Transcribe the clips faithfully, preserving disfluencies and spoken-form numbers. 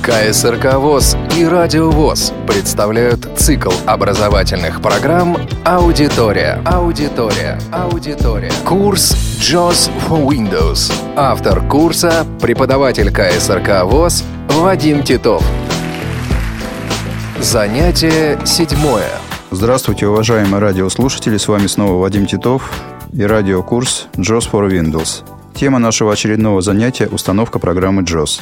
КСРК ВОС и Радио ВОС представляют цикл образовательных программ «Аудитория». Аудитория. Аудитория. Курс джоз for Windows. Автор курса – преподаватель КСРК ВОС Вадим Титов. Занятие седьмое. Здравствуйте, уважаемые радиослушатели, с вами снова Вадим Титов и радиокурс джоз for Windows. Тема нашего очередного занятия – установка программы джоз.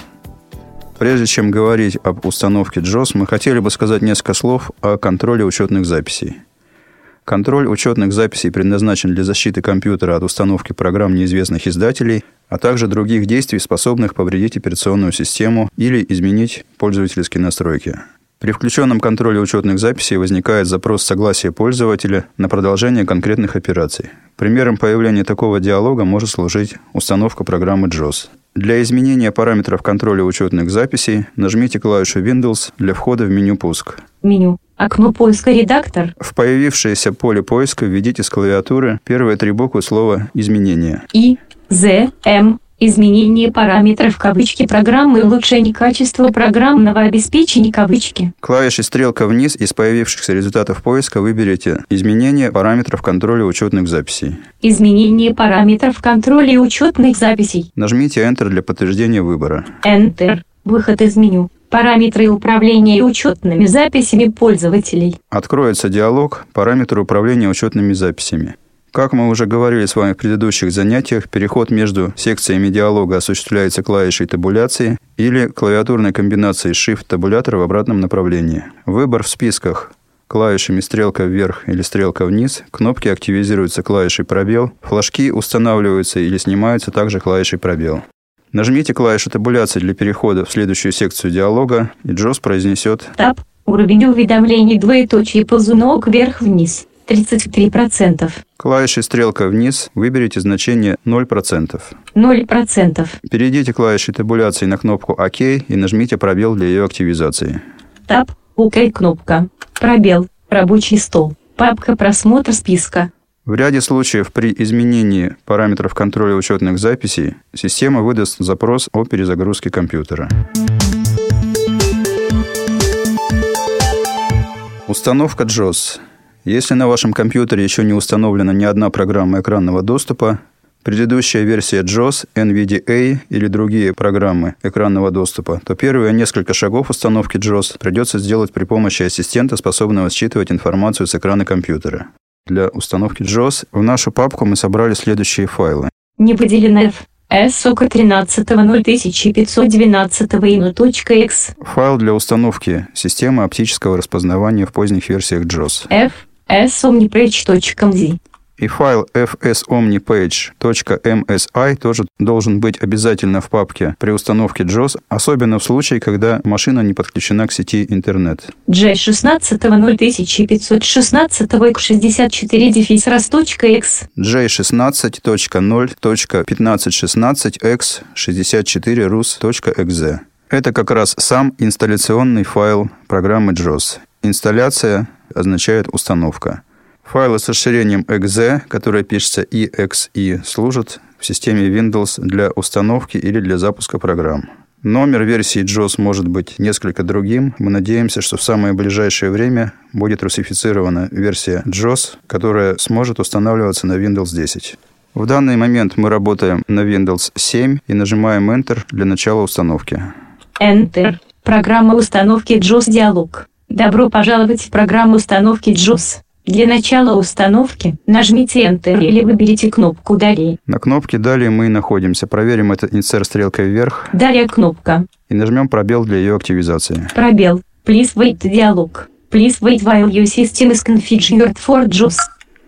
Прежде чем говорить об установке джоз, мы хотели бы сказать несколько слов о контроле учетных записей. Контроль учетных записей предназначен для защиты компьютера от установки программ неизвестных издателей, а также других действий, способных повредить операционную систему или изменить пользовательские настройки. При включенном контроле учетных записей возникает запрос согласия пользователя на продолжение конкретных операций. Примером появления такого диалога может служить установка программы джоз. Для изменения параметров контроля учетных записей нажмите клавишу Windows для входа в меню «Пуск». Меню. Окно поиска «Редактор». В появившееся поле поиска введите с клавиатуры первые три буквы слова «Изменения». И, З, М. Изменение параметров кавычки программы, улучшение качества программного обеспечения кавычки. Клавишей стрелка вниз из появившихся результатов поиска выберите «Изменение параметров контроля учетных записей». Изменение параметров контроля учетных записей. Нажмите Enter для подтверждения выбора. Enter. Выход из меню. Параметры управления учетными записями пользователей. Откроется диалог «Параметры управления учетными записями». Как мы уже говорили с вами в предыдущих занятиях, переход между секциями диалога осуществляется клавишей табуляции или клавиатурной комбинацией Shift-табулятор в обратном направлении. Выбор в списках клавишами стрелка вверх или стрелка вниз, кнопки активизируются клавишей пробел, флажки устанавливаются или снимаются также клавишей пробел. Нажмите клавишу табуляции для перехода в следующую секцию диалога, и джоз произнесет Таб. Уровень уведомлений двоеточие ползунок вверх-вниз. тридцать три процента. Клавишей стрелка вниз выберите значение ноль процентов. ноль процентов. Перейдите клавишей табуляции на кнопку ОК и нажмите пробел для ее активизации. Таб. ОК кнопка. Пробел. Рабочий стол. Папка «Просмотр списка». В ряде случаев при изменении параметров контроля учетных записей система выдаст запрос о перезагрузке компьютера. Установка джоз. Если на вашем компьютере еще не установлена ни одна программа экранного доступа, предыдущая версия джоз, эн ви ди эй или другие программы экранного доступа, то первые несколько шагов установки джоз придется сделать при помощи ассистента, способного считывать информацию с экрана компьютера. Для установки джоз в нашу папку мы собрали следующие файлы. Не выделено F. эс-ок тринадцатого ноль тысяча пятьсот двенадцатого ину.x. Файл для установки системы оптического распознавания в поздних версиях джоз. F. эс-omnipage.mz. И файл эф эс omnipage точка эм эс ай тоже должен быть обязательно в папке при установке джоз, особенно в случае, когда машина не подключена к сети интернет. джей шестнадцатого ноль тысяча пятьсот шестнадцатого ик шестьдесят четыре дефис рас.x. джей шестнадцать точка ноль точка пятнадцать шестнадцать икс шестьдесят четыре рус.экзе. Это как раз сам инсталляционный файл программы джоз. Инсталляция означает установка. Файлы с расширением экзе, которое пишется и экс и, служат в системе Windows для установки или для запуска программ. Номер версии джоз может быть несколько другим. Мы надеемся, что в самое ближайшее время будет русифицирована версия джоз, которая сможет устанавливаться на Windows десять. В данный момент мы работаем на Windows семь и нажимаем Enter для начала установки. Enter. Программа установки джоз диалог. Добро пожаловать в программу установки джоз. Для начала установки нажмите Enter или выберите кнопку «Далее». На кнопке «Далее» мы и находимся. Проверим это инсерт стрелкой вверх. Далее кнопка. И нажмем пробел для ее активизации. Пробел. Please wait диалог. Please wait while your system is configured for джоз.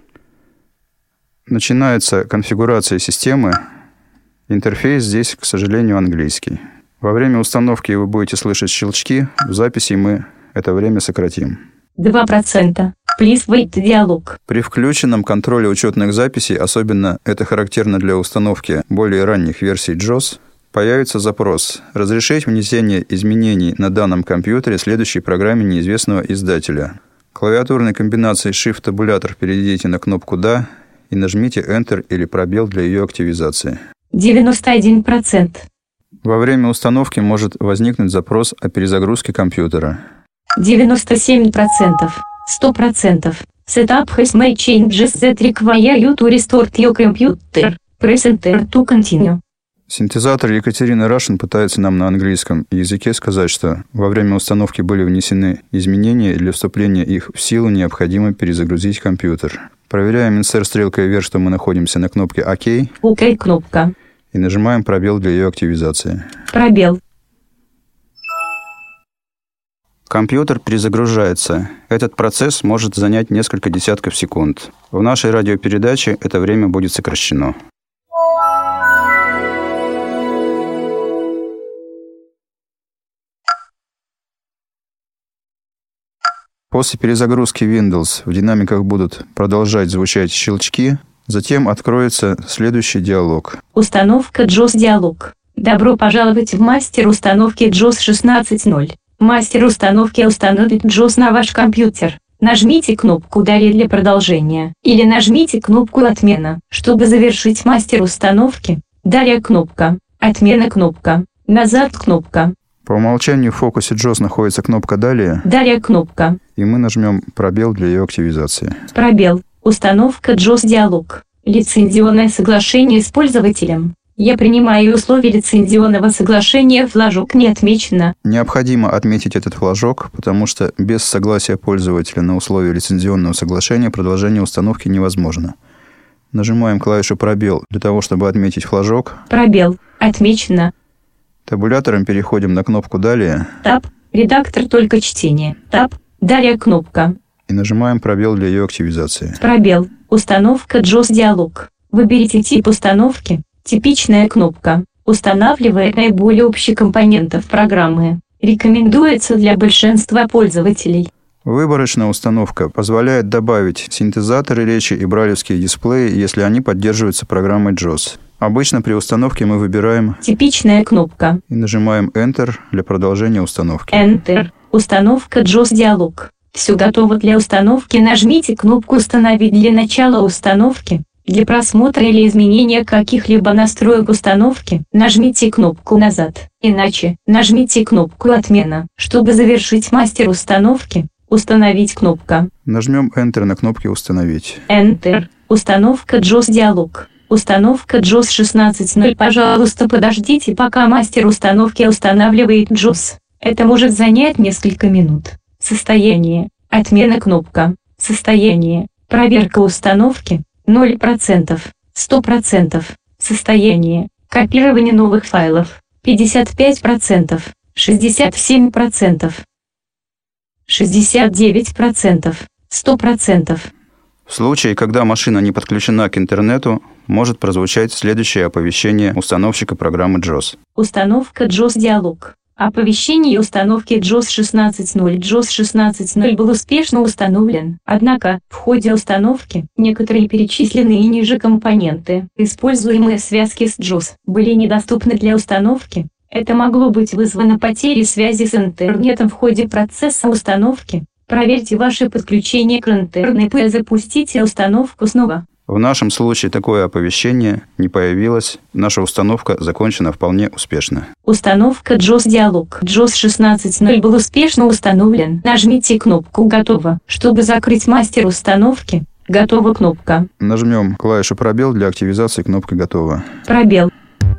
Начинается конфигурация системы. Интерфейс здесь, к сожалению, английский. Во время установки вы будете слышать щелчки. В записи мы это время сократим. два процента. Please wait диалог. При включенном контроле учетных записей, особенно это характерно для установки более ранних версий джоз, появится запрос «Разрешить внесение изменений на данном компьютере следующей программе неизвестного издателя». Клавиатурной комбинацией Shift-табулятор перейдите на кнопку «Да» и нажмите Enter или пробел для ее активизации. девяносто один процент. Во время установки может возникнуть запрос о перезагрузке компьютера. девяносто семь процентов. сто процентов. Setup has made changes that require you to restart your computer. Press Enter to continue. Синтезатор Екатерины Рашин пытается нам на английском языке сказать, что во время установки были внесены изменения, и для вступления их в силу необходимо перезагрузить компьютер. Проверяем инсерт стрелкой вверх, что мы находимся на кнопке ОК. ОК кнопка. И нажимаем пробел для ее активизации. Пробел. Компьютер перезагружается. Этот процесс может занять несколько десятков секунд. В нашей радиопередаче это время будет сокращено. После перезагрузки Windows в динамиках будут продолжать звучать щелчки, затем откроется следующий диалог. Установка джос диалог. Добро пожаловать в мастер установки джос шестнадцать ноль. Мастер установки установит джос на ваш компьютер. Нажмите кнопку «Далее» для продолжения, или нажмите кнопку «Отмена», чтобы завершить мастер установки. Далее кнопка, отмена кнопка, назад кнопка. По умолчанию в фокусе джос находится кнопка «Далее». Далее кнопка. И мы нажмем пробел для ее активизации. Пробел. Установка джос диалог. Лицензионное соглашение с пользователем. Я принимаю условия лицензионного соглашения, флажок не отмечено. Необходимо отметить этот флажок, потому что без согласия пользователя на условия лицензионного соглашения продолжение установки невозможно. Нажимаем клавишу «Пробел» для того, чтобы отметить флажок. Пробел. Отмечено. Табулятором переходим на кнопку «Далее». Таб. Редактор только чтение. Таб. Далее кнопка. И нажимаем пробел для ее активизации. Пробел. Установка джос диалог. Выберите тип установки. Типичная кнопка. Устанавливает наиболее общие компонентов программы. Рекомендуется для большинства пользователей. Выборочная установка позволяет добавить синтезаторы речи и брайлевские дисплеи, если они поддерживаются программой джос. Обычно при установке мы выбираем типичная кнопка и нажимаем Enter для продолжения установки. Enter. Установка джос диалог. Все готово для установки. Нажмите кнопку «Установить» для начала установки. Для просмотра или изменения каких-либо настроек установки, нажмите кнопку «Назад», иначе нажмите кнопку «Отмена», чтобы завершить мастер установки. Установить кнопка. Нажмем Enter на кнопке «Установить». Enter. Установка джос диалог. Установка джос шестнадцать ноль. Пожалуйста, подождите, пока мастер установки устанавливает джос. Это может занять несколько минут. Состояние. Отмена кнопка. Состояние. Проверка установки. ноль процентов. сто процентов. Состояние. Копирование новых файлов. пятьдесят пять процентов. шестьдесят семь процентов. шестьдесят девять процентов. сто процентов. В случае, когда машина не подключена к интернету, может прозвучать следующее оповещение установщика программы джос. Установка джос диалог. Оповещение установки джос шестнадцать ноль. джос шестнадцать ноль был успешно установлен. Однако, в ходе установки, некоторые перечисленные ниже компоненты, используемые в связке с джос, были недоступны для установки. Это могло быть вызвано потерей связи с интернетом в ходе процесса установки. Проверьте ваше подключение к интернету и запустите установку снова. В нашем случае такое оповещение не появилось. Наша установка закончена вполне успешно. Установка джос диалог. джос шестнадцать ноль был успешно установлен. Нажмите кнопку «Готово», чтобы закрыть мастер установки. Готова кнопка. Нажмем клавишу «Пробел» для активизации кнопки «Готово». Пробел.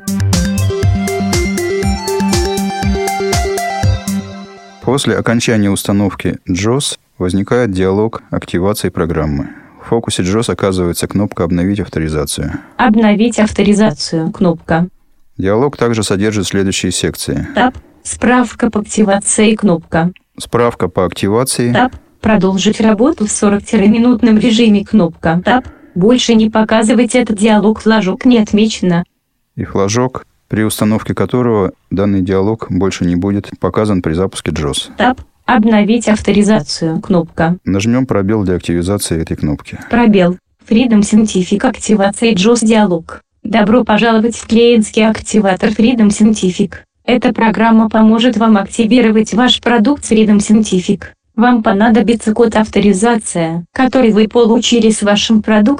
После окончания установки джос возникает диалог активации программы. В фокусе джос оказывается кнопка «Обновить авторизацию». Обновить авторизацию. Кнопка. Диалог также содержит следующие секции. Таб. Справка по активации. Кнопка. Справка по активации. Таб. Продолжить работу в сорок-минутном режиме. Кнопка. Таб. Больше не показывать этот диалог. Флажок не отмечено. И флажок, при установке которого данный диалог больше не будет показан при запуске джос. Таб. Обновить авторизацию. Кнопка. Нажмем пробел для активизации этой кнопки. Пробел. Freedom Scientific. Активация джос диалог. Добро пожаловать в клиентский активатор Freedom Scientific. Эта программа поможет вам активировать ваш продукт Freedom Scientific. Вам понадобится код авторизация, который вы получили с вашим продуктом.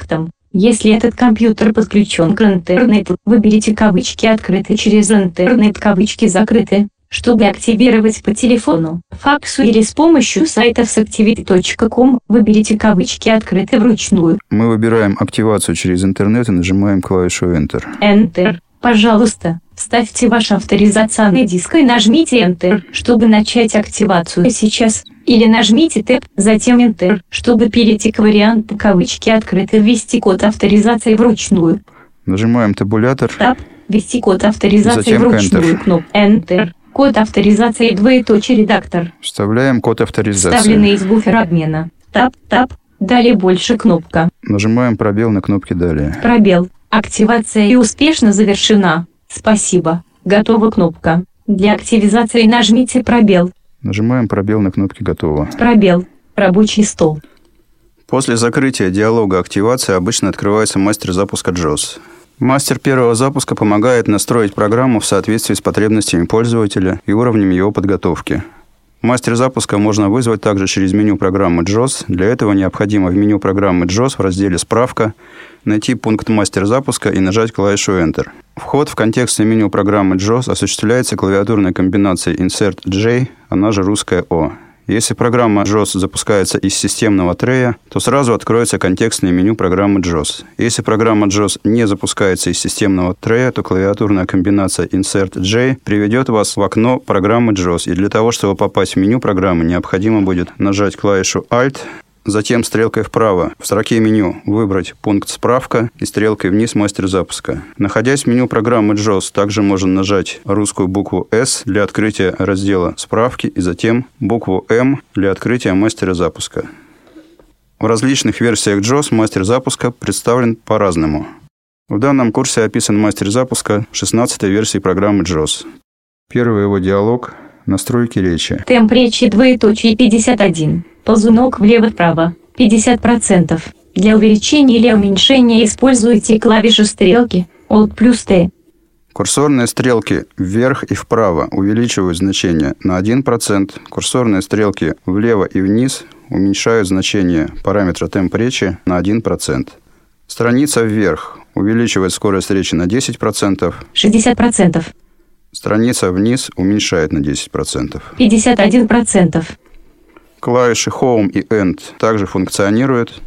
Если этот компьютер подключен к интернету, выберите кавычки открыты через интернет, кавычки закрыты, чтобы активировать по телефону, факсу или с помощью сайтов с activity точка ком, выберите кавычки открыты вручную. Мы выбираем активацию через интернет и нажимаем клавишу Enter. Enter. Пожалуйста, вставьте ваш авторизационный диск и нажмите Enter, чтобы начать активацию сейчас. Или нажмите Tab, затем Enter, чтобы перейти к варианту кавычки открыты, ввести код авторизации вручную. Нажимаем табулятор. Tab, ввести код авторизации Затем вручную. Enter. Кнопка Enter. Код авторизации двоеточие редактор. Вставляем код авторизации. Вставленный из буфера обмена. Tab, Tab. Далее больше кнопка. Нажимаем пробел на кнопке «Далее». Пробел. Активация и успешно завершена. Спасибо. Готова кнопка. Для активизации нажмите пробел. Нажимаем пробел на кнопке «Готово». Пробел. Рабочий стол. После закрытия диалога активации обычно открывается мастер запуска джос. Мастер первого запуска помогает настроить программу в соответствии с потребностями пользователя и уровнем его подготовки. Мастер запуска можно вызвать также через меню программы джос. Для этого необходимо в меню программы джос в разделе «Справка» найти пункт «Мастер запуска» и нажать клавишу Enter. Вход в контекстное меню программы джос осуществляется клавиатурной комбинацией Insert J, она же русская О. Если программа джос запускается из системного трея, то сразу откроется контекстное меню программы джос. Если программа джос не запускается из системного трея, то клавиатурная комбинация Insert J приведет вас в окно программы джос. И для того, чтобы попасть в меню программы, необходимо будет нажать клавишу Alt, затем стрелкой вправо в строке меню выбрать пункт «Справка» и стрелкой вниз «Мастер запуска». Находясь в меню программы джос, также можно нажать русскую букву «С» для открытия раздела «Справки» и затем букву «М» для открытия мастера запуска. В различных версиях джос мастер запуска представлен по-разному. В данном курсе описан мастер запуска шестнадцатой версии программы джос. Первый его диалог – настройки речи. Темп речи двоеточие пятьдесят один. Ползунок влево-вправо. пятьдесят процентов. Для увеличения или уменьшения используйте клавишу стрелки Alt плюс T. Курсорные стрелки вверх и вправо увеличивают значение на один процент. Курсорные стрелки влево и вниз уменьшают значение параметра темп речи на один процент. Страница вверх увеличивает скорость речи на десять процентов. шестьдесят процентов. Страница вниз уменьшает на десять процентов. пятьдесят один процент. Клавиши Home и End также функционируют,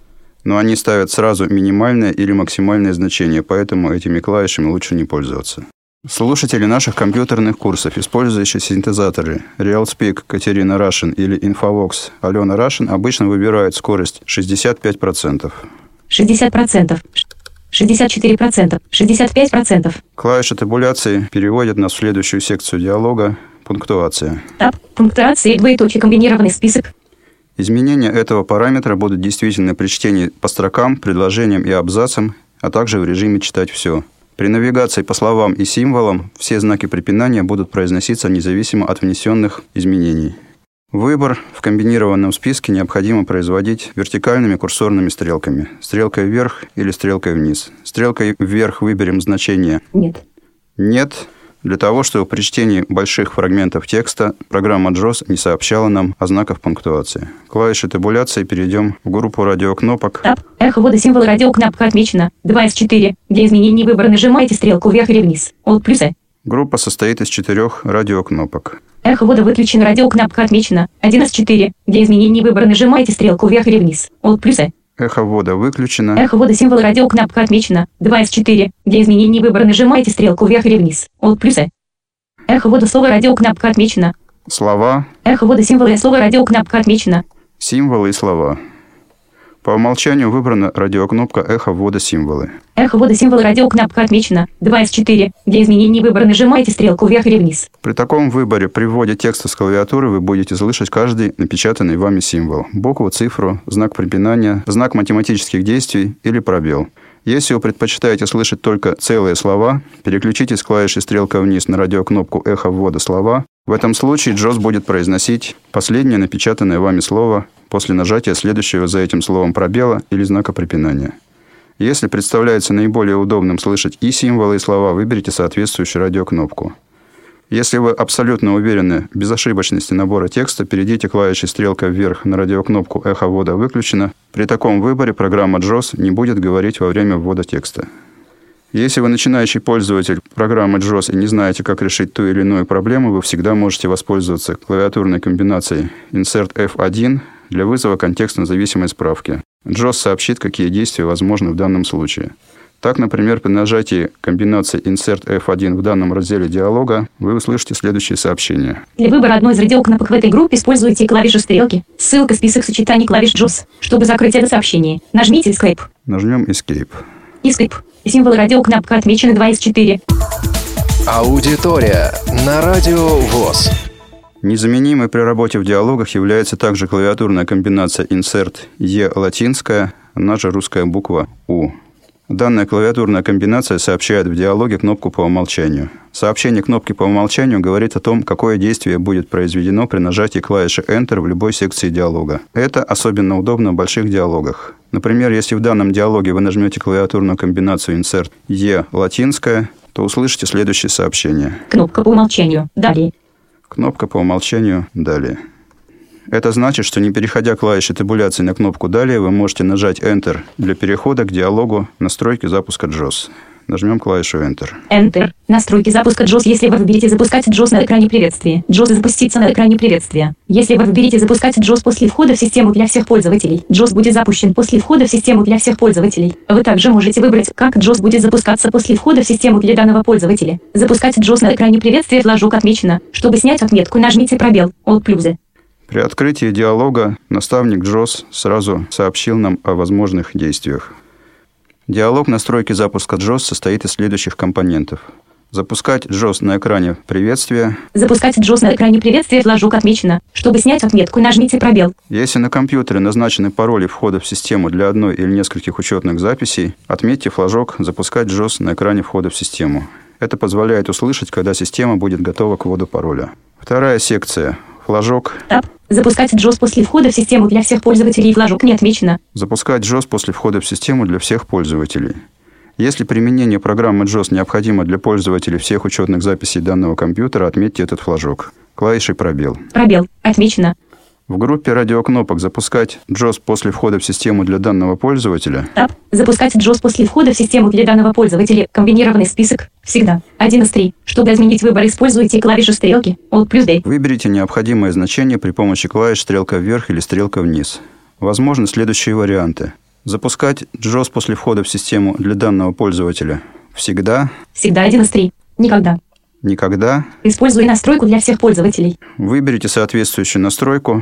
но они ставят сразу минимальное или максимальное значение, поэтому этими клавишами лучше не пользоваться. Слушатели наших компьютерных курсов, использующие синтезаторы RealSpeak, Катерина Рашин или Infovox Алена Рашин, обычно выбирают скорость шестьдесят пять процентов. шестьдесят процентов. шестьдесят четыре процента. шестьдесят пять процентов. Клавиша табуляции переводит нас в следующую секцию диалога – пунктуация. Таб. Пунктуация двоеточие комбинированный список. Изменения этого параметра будут действительны при чтении по строкам, предложениям и абзацам, а также в режиме «Читать все». При навигации по словам и символам все знаки препинания будут произноситься независимо от внесенных изменений. Выбор в комбинированном списке необходимо производить вертикальными курсорными стрелками. Стрелкой вверх или стрелкой вниз. Стрелкой вверх выберем значение Нет. «Нет». Для того, чтобы при чтении больших фрагментов текста программа джос не сообщала нам о знаках пунктуации. Клавиши табуляции перейдем в группу радиокнопок. Таб. Эхо ввода символа радиокнопка отмечена. два из четыре. Для изменений выбора нажимайте стрелку вверх или вниз. Alt плюс E. Группа состоит из четырех радиокнопок. Эхо ввода выключен, радиокнопка отмечена. один из четыре. Для изменений выбора нажимайте стрелку вверх или вниз. Alt плюс E. Эхо ввода выключено. Эхо ввода символа радиокнопка отмечена. два из четыре. Для изменений выбора нажимайте стрелку вверх или вниз. Alt плюс E. Эхо ввода слова радиокнопка отмечена. Слова. Эхо ввода символа и слова радиокнопка отмечена. Символы и слова. По умолчанию выбрана радиокнопка «Эхо ввода символы». Эхо ввода символа радиокнопка отмечена. два из четыре. Для изменений выбора нажимайте стрелку вверх или вниз. При таком выборе при вводе текста с клавиатуры вы будете слышать каждый напечатанный вами символ. Букву, цифру, знак препинания, знак математических действий или пробел. Если вы предпочитаете слышать только целые слова, переключите с клавиши стрелка вниз на радиокнопку «Эхо ввода слова». В этом случае джос будет произносить последнее напечатанное вами слово после нажатия следующего за этим словом пробела или знака препинания. Если представляется наиболее удобным слышать и символы, и слова, выберите соответствующую радиокнопку. Если вы абсолютно уверены в безошибочности набора текста, перейдите клавишей стрелка вверх на радиокнопку «Эхо ввода выключено». При таком выборе программа джос не будет говорить во время ввода текста. Если вы начинающий пользователь программы джос и не знаете, как решить ту или иную проблему, вы всегда можете воспользоваться клавиатурной комбинацией инсерт эф один для вызова контекстно-зависимой справки. джос сообщит, какие действия возможны в данном случае. Так, например, при нажатии комбинации инсерт эф один в данном разделе диалога вы услышите следующее сообщение. Для выбора одной из радиокнопок в этой группе используйте клавишу стрелки. Ссылка список сочетаний клавиш джос. Чтобы закрыть это сообщение, нажмите Escape. Нажмем Escape. Escape. Символы радиокнопка отмечены два из четыре. Аудитория на Радио ВОС. Незаменимой при работе в диалогах является также клавиатурная комбинация инсерт е латинская, она же русская буква У. Данная клавиатурная комбинация сообщает в диалоге кнопку по умолчанию. Сообщение кнопки по умолчанию говорит о том, какое действие будет произведено при нажатии клавиши Enter в любой секции диалога. Это особенно удобно в больших диалогах. Например, если в данном диалоге вы нажмете клавиатурную комбинацию инсерт е латинская, то услышите следующее сообщение. Кнопка по умолчанию. Далее. Кнопка по умолчанию. Далее. Это значит, что не переходя клавиши табуляции на кнопку «Далее», вы можете нажать Enter для перехода к диалогу «Настройки запуска джос». Нажмем клавишу Enter. Enter. Настройки запуска джос. Если вы выберете запускать джос на экране приветствия, джос запустится на экране приветствия. Если вы выберете запускать джос после входа в систему для всех пользователей, джос будет запущен после входа в систему для всех пользователей. Вы также можете выбрать, как джос будет запускаться после входа в систему для данного пользователя. Запускать джос на экране приветствия флажок отмечено. Чтобы снять отметку, нажмите пробел Alt плюс. При открытии диалога наставник джос сразу сообщил нам о возможных действиях. Диалог настройки запуска джос состоит из следующих компонентов. Запускать джос на экране приветствия. Запускать джос на экране приветствия флажок отмечено. Чтобы снять отметку, нажмите пробел. Если на компьютере назначены пароли входа в систему для одной или нескольких учетных записей, отметьте флажок «Запускать джос на экране входа в систему». Это позволяет услышать, когда система будет готова к вводу пароля. Вторая секция. Флажок. Таб. Запускать джос после входа в систему для всех пользователей. Флажок не отмечено. Запускать джос после входа в систему для всех пользователей. Если применение программы джос необходимо для пользователей всех учетных записей данного компьютера, отметьте этот флажок. Клавишей пробел. Пробел. Отмечено. В группе радиокнопок «Запускать джос после входа в систему для данного пользователя». Таб. Запускать джос после входа в систему для данного пользователя. Комбинированный список. Всегда. один из три. Чтобы изменить выбор, используйте клавишу стрелки Alt плюс D. Выберите необходимое значение при помощи клавиш стрелка вверх или стрелка вниз. Возможны следующие варианты. Запускать джос после входа в систему для данного пользователя. Всегда. Всегда. один из три. Никогда. Никогда. Используй настройку для всех пользователей. Выберите соответствующую настройку.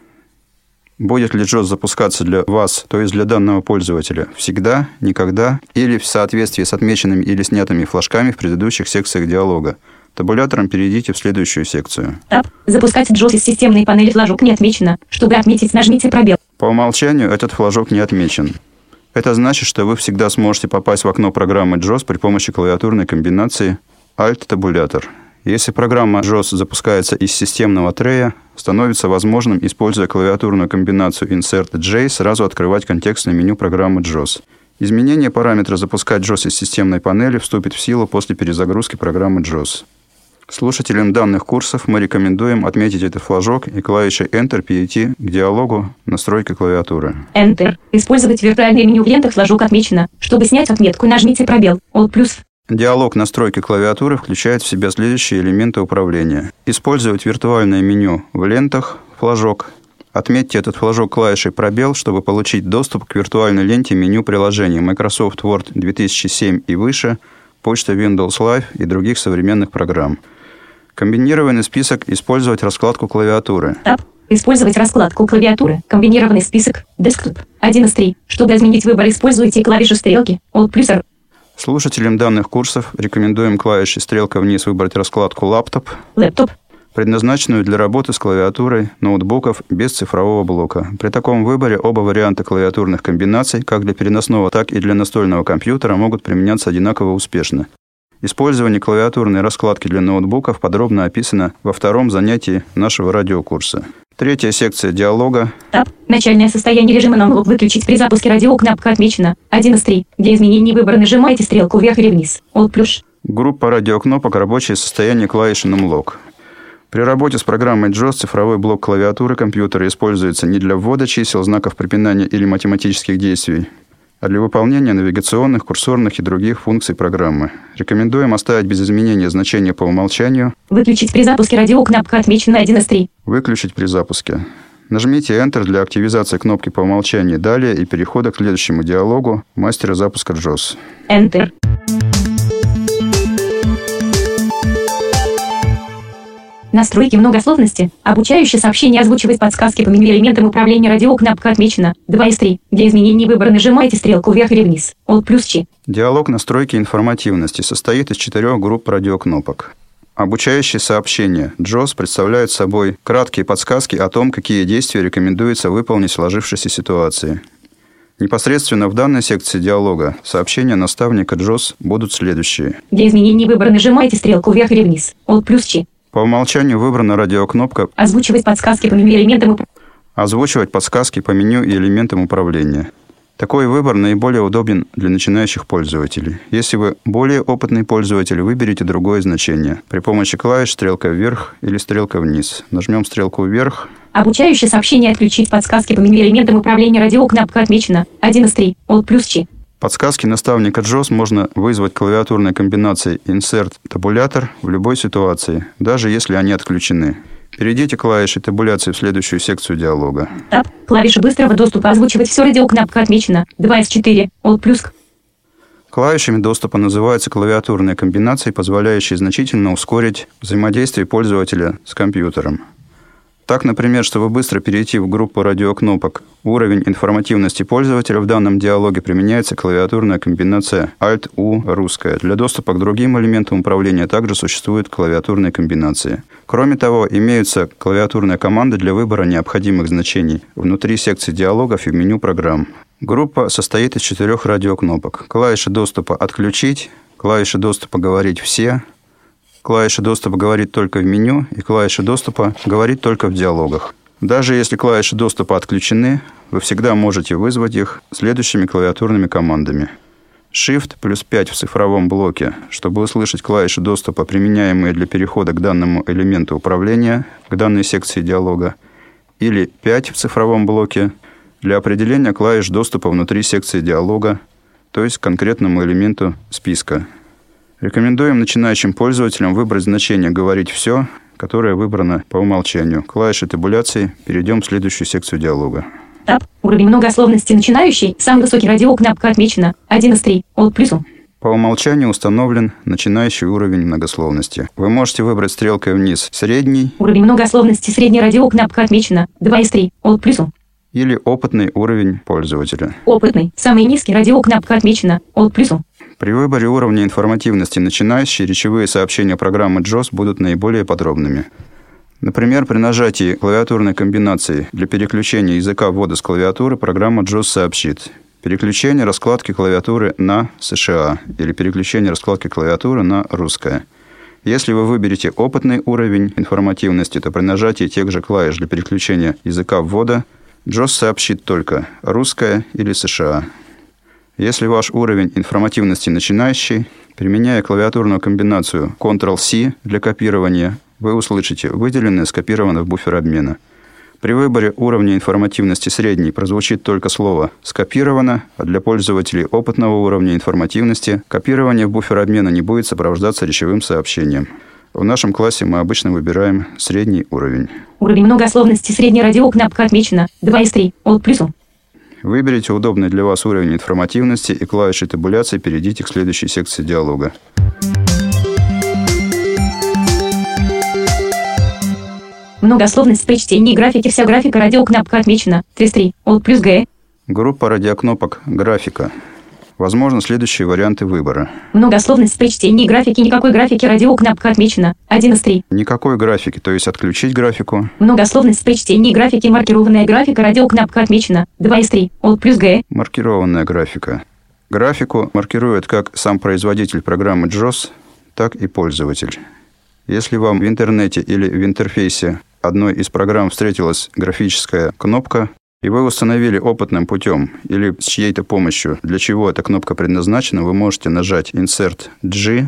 Будет ли джос запускаться для вас, то есть для данного пользователя, всегда, никогда, или в соответствии с отмеченными или снятыми флажками в предыдущих секциях диалога. Табулятором перейдите в следующую секцию. Таб. Запускать джос из системной панели. Флажок не отмечено. Чтобы отметить, нажмите пробел. По умолчанию этот флажок не отмечен. Это значит, что вы всегда сможете попасть в окно программы джос при помощи клавиатурной комбинации Alt-табулятор. Если программа джос запускается из системного трея, становится возможным, используя клавиатурную комбинацию инсерт джей, сразу открывать контекстное меню программы джос. Изменение параметра «Запускать джос из системной панели» вступит в силу после перезагрузки программы джос. Слушателям данных курсов мы рекомендуем отметить этот флажок и клавишей Enter перейти к диалогу «Настройки клавиатуры». Enter. Использовать виртуальное меню в лентах. Флажок отмечено. Чтобы снять отметку, нажмите пробел Alt плюс. Диалог настройки клавиатуры включает в себя следующие элементы управления. Использовать виртуальное меню в лентах, флажок. Отметьте этот флажок клавишей пробел, чтобы получить доступ к виртуальной ленте меню приложений Microsoft Word две тысячи семь и выше, почта Windows Live и других современных программ. Комбинированный список. Использовать раскладку клавиатуры. Таб. Использовать раскладку клавиатуры. Комбинированный список. Desktop. один из три. Чтобы изменить выбор, используйте клавишу стрелки Alt плюс R. Слушателям данных курсов рекомендуем клавишей стрелка вниз выбрать раскладку «Лаптоп», Лэптоп, предназначенную для работы с клавиатурой ноутбуков без цифрового блока. При таком выборе оба варианта клавиатурных комбинаций, как для переносного, так и для настольного компьютера, могут применяться одинаково успешно. Использование клавиатурной раскладки для ноутбуков подробно описано во втором занятии нашего радиокурса. Третья секция диалога. Таб. Начальное состояние режима ноутбук выключить при запуске радио. Кнопка отмечена. один из три. Для изменения выбора нажимайте стрелку вверх или вниз. Alt плюс. Группа радиокнопок «Рабочее состояние клавиши Numlock». При работе с программой джос цифровой блок клавиатуры компьютера используется не для ввода чисел, знаков препинания или математических действий, а для выполнения навигационных, курсорных и других функций программы. Рекомендуем оставить без изменения значения по умолчанию. Выключить при запуске радио, кнопка отмечена один из три. Выключить при запуске. Нажмите Enter для активизации кнопки по умолчанию далее и перехода к следующему диалогу мастера запуска джос. Enter. Настройки многословности. Обучающее сообщение озвучивает подсказки по меню элементам управления радио. Кнопка отмечена два из три. Для изменений выбора нажимайте стрелку вверх или вниз. Alt плюс Ч. Диалог настройки информативности состоит из четырех групп радиокнопок. Обучающие сообщения джос представляют собой краткие подсказки о том, какие действия рекомендуется выполнить в сложившейся ситуации. Непосредственно в данной секции диалога сообщения наставника джос будут следующие. Для изменений выбора нажимайте стрелку вверх или вниз. Alt плюс Ч. По умолчанию выбрана радиокнопка «Озвучивать подсказки по меню и элементам управления». «Озвучивать подсказки по меню и элементам управления». Такой выбор наиболее удобен для начинающих пользователей. Если вы более опытный пользователь, выберите другое значение. При помощи клавиш стрелка вверх или стрелка вниз. Нажмем стрелку вверх. Обучающее сообщение «Отключить подсказки по меню и элементам управления радио». Кнопка отмечена один из три. Alt плюс Ч. Подсказки наставника джос можно вызвать клавиатурной комбинацией Insert табулятор в любой ситуации, даже если они отключены. Перейдите клавиши табуляции в следующую секцию диалога. Таб. Клавиша быстрого доступа. Озвучивать все радио. Кнопка отмечена два из четыре. Alt плюс К. Клавишами доступа называются клавиатурные комбинации, позволяющие значительно ускорить взаимодействие пользователя с компьютером. Так, например, чтобы быстро перейти в группу радиокнопок «Уровень информативности пользователя», в данном диалоге применяется клавиатурная комбинация Alt-U русская. Для доступа к другим элементам управления также существуют клавиатурные комбинации. Кроме того, имеются клавиатурные команды для выбора необходимых значений внутри секции диалогов и в меню программ. Группа состоит из четырех радиокнопок. Клавиши доступа «Отключить», клавиши доступа «Говорить все», клавиша доступа говорит только в меню, и клавиша доступа говорит только в диалогах. Даже если клавиши доступа отключены, вы всегда можете вызвать их следующими клавиатурными командами. Shift плюс пять в цифровом блоке, чтобы услышать клавиши доступа, применяемые для перехода к данному элементу управления, к данной секции диалога, или пять в цифровом блоке для определения клавиш доступа внутри секции диалога, то есть к конкретному элементу списка. Рекомендуем начинающим пользователям выбрать значение «Говорить все», которое выбрано по умолчанию. Клавиши табуляции. Перейдем в следующую секцию диалога. Таб. Уровень многословности начинающий. Самый высокий радио. Кнопка отмечена один из три. Alt плюс У. По умолчанию установлен начинающий уровень многословности. Вы можете выбрать стрелкой вниз средний. Уровень многословности средний радио. Кнопка отмечена два из три. Alt плюс У. Или опытный уровень пользователя. Опытный. Самый низкий радио. Кнопка отмечена Alt плюс У. При выборе уровня информативности начинающий речевые сообщения программы джос будут наиболее подробными. Например, при нажатии клавиатурной комбинации для переключения языка ввода с клавиатуры программа джос сообщит: переключение раскладки клавиатуры на США или переключение раскладки клавиатуры на русское. Если вы выберете опытный уровень информативности, то при нажатии тех же клавиш для переключения языка ввода джос сообщит только русское или США. Если ваш уровень информативности начинающий, применяя клавиатурную комбинацию контрол си для копирования, вы услышите «выделенное скопировано в буфер обмена». При выборе уровня информативности средний прозвучит только слово «скопировано», а для пользователей опытного уровня информативности копирование в буфер обмена не будет сопровождаться речевым сообщением. В нашем классе мы обычно выбираем средний уровень. Уровень многословности средний радио. Кнопка отмечена два из три. Alt плюс У. Выберите удобный для вас уровень информативности и клавишей табуляции перейдите к следующей секции диалога. Многословность при чтении графики. Вся графика радио. Кнопка отмечена три из три. Alt плюс Г. Группа радиокнопок «Графика». Возможно, следующие варианты выбора. Многословность при чтении графики. Никакой графики радио. Кнопка отмечена один из три. Никакой графики, то есть отключить графику. Многословность при чтении графики. Маркированная графика радио. Кнопка отмечена два из три. Alt плюс Г. Маркированная графика. Графику маркирует как сам производитель программы джос, так и пользователь. Если вам в интернете или в интерфейсе одной из программ встретилась графическая кнопка, и вы установили опытным путем или с чьей-то помощью, для чего эта кнопка предназначена, вы можете нажать Insert G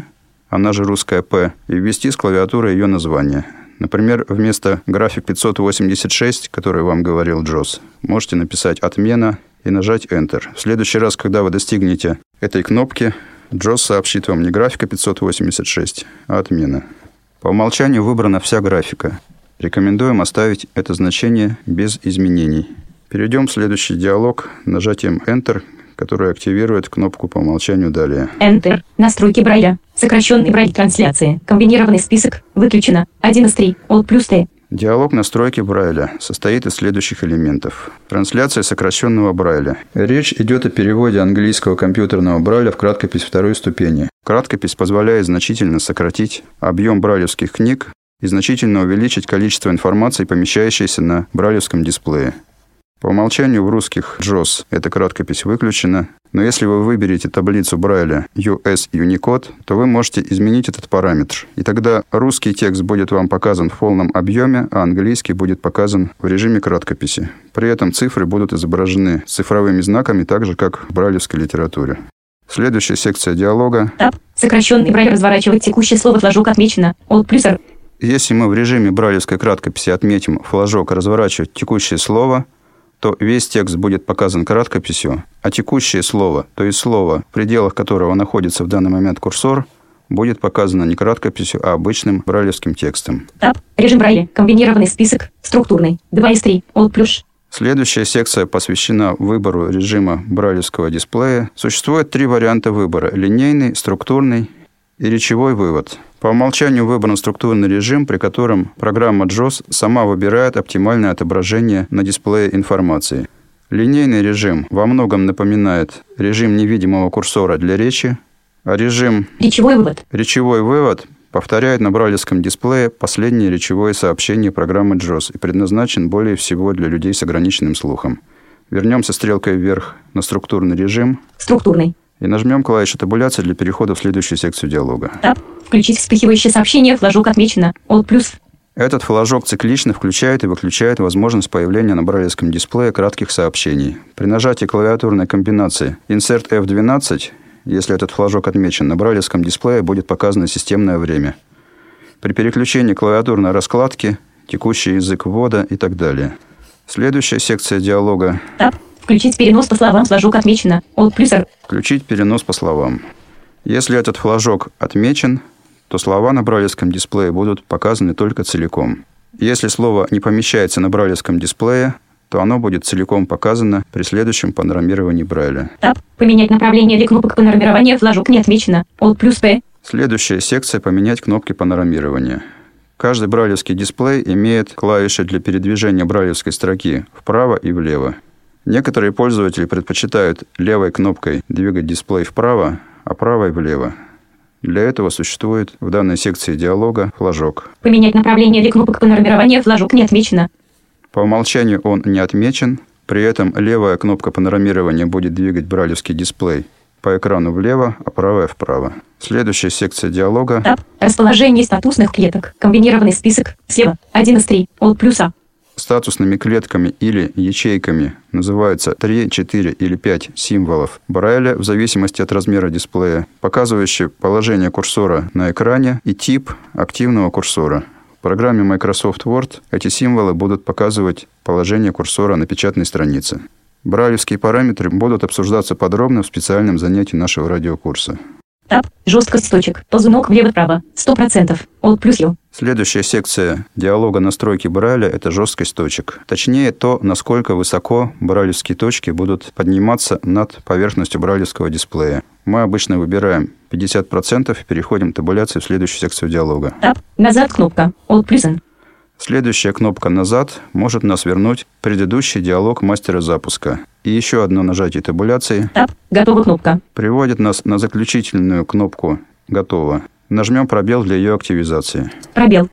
она же русская П, и ввести с клавиатуры ее название. Например, вместо график пятьсот восемьдесят шесть, который вам говорил Джос, можете написать «Отмена» и нажать Enter. В следующий раз, когда вы достигнете этой кнопки, Джос сообщит вам не графика пятьсот восемьдесят шесть, а отмена. По умолчанию выбрана вся графика. Рекомендуем оставить это значение без изменений. Перейдем в следующий диалог нажатием Enter, который активирует кнопку по умолчанию далее. Enter. Настройки Брайля. Сокращенный Брайль трансляции. Комбинированный список. Выключено. один из три. Alt плюс Т. Диалог настройки Брайля состоит из следующих элементов. Трансляция сокращенного Брайля. Речь идет о переводе английского компьютерного Брайля в краткопись второй ступени. Краткопись позволяет значительно сократить объем брайлевских книг и значительно увеличить количество информации, помещающейся на брайлевском дисплее. По умолчанию в русских джос эта краткопись выключена, но если вы выберете таблицу Брайля ю эс Unicode, то вы можете изменить этот параметр, и тогда русский текст будет вам показан в полном объеме, а английский будет показан в режиме краткописи. При этом цифры будут изображены цифровыми знаками, так же, как в брайлевской литературе. Следующая секция диалога. Таб. Сокращенный Брайль разворачивает текущее слово, флажок отмечено. Alt плюс Р. Если мы в режиме брайлевской краткописи отметим флажок «Разворачивать текущее слово», то весь текст будет показан краткописью, а текущее слово, то есть слово, в пределах которого находится в данный момент курсор, будет показано не краткописью, а обычным брайлевским текстом. Таб. Режим Брайля. Комбинированный список. Структурный. два из три. Alt плюс. Следующая секция посвящена выбору режима брайлевского дисплея. Существует три варианта выбора – линейный, структурный и речевой вывод. По умолчанию выбран структурный режим, при котором программа джос сама выбирает оптимальное отображение на дисплее информации. Линейный режим во многом напоминает режим невидимого курсора для речи, а режим Речевой вывод. речевой вывод повторяет на брайлевском дисплее последнее речевое сообщение программы джос и предназначен более всего для людей с ограниченным слухом. Вернемся стрелкой вверх на структурный режим. Структурный. И нажмем клавишу табуляции для перехода в следующую секцию диалога. Таб. Включить вспыхивающее сообщение, флажок отмечено. Alt плюс. Этот флажок циклично включает и выключает возможность появления на брайлевском дисплее кратких сообщений. При нажатии клавиатурной комбинации Insert эф двенадцать, если этот флажок отмечен, на брайлевском дисплее будет показано системное время. При переключении клавиатурной раскладки, текущий язык ввода и так далее. Следующая секция диалога. Таб. Включить перенос по словам, флажок отмечено. Alt плюс Р. Включить перенос по словам. Если этот флажок отмечен, то слова на брайлевском дисплее будут показаны только целиком. Если слово не помещается на брайлевском дисплее, то оно будет целиком показано при следующем панорамировании Брайля. Таб. Поменять направление или кнопок панорамирования, флажок не отмечено. Alt плюс П. Следующая секция – поменять кнопки панорамирования. Каждый брайлевский дисплей имеет клавиши для передвижения брайлевской строки вправо и влево. Некоторые пользователи предпочитают левой кнопкой двигать дисплей вправо, а правой влево. Для этого существует в данной секции диалога флажок. Поменять направление или кнопок панорамирования, флажок не отмечено. По умолчанию он не отмечен, при этом левая кнопка панорамирования будет двигать брайлевский дисплей по экрану влево, а правая вправо. Следующая секция диалога. Таб. Расположение статусных клеток. Комбинированный список. Слева. один из три. Alt плюс А. Статусными клетками или ячейками называются три, четыре или пять символов Брайля в зависимости от размера дисплея, показывающие положение курсора на экране и тип активного курсора. В программе Microsoft Word эти символы будут показывать положение курсора на печатной странице. Брайлевские параметры будут обсуждаться подробно в специальном занятии нашего радиокурса. Таб. Жесткость точек. Ползунок влево-вправо. сто процентов. Alt плюс Ю. Следующая секция диалога настройки Брайля – это жесткость точек. Точнее, то, насколько высоко брайлевские точки будут подниматься над поверхностью брайлевского дисплея. Мы обычно выбираем пятьдесят процентов и переходим к табуляции в следующую секцию диалога. Таб. Назад кнопка. Alt плюс Н. Следующая кнопка «Назад» может нас вернуть в предыдущий диалог мастера запуска. И еще одно нажатие табуляции Таб. Готова кнопка. приводит нас на заключительную кнопку «Готово». Нажмем пробел для ее активизации. Пробел.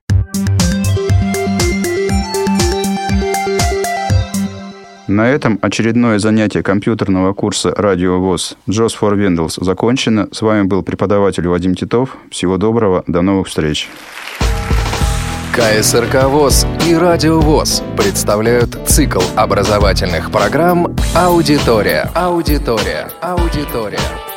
На этом очередное занятие компьютерного курса «Радио ВОС» джос for Windows закончено. С вами был преподаватель Вадим Титов. Всего доброго, до новых встреч. ка эс эр ка ВОС и Радио ВОС представляют цикл образовательных программ «Аудитория». Аудитория. Аудитория.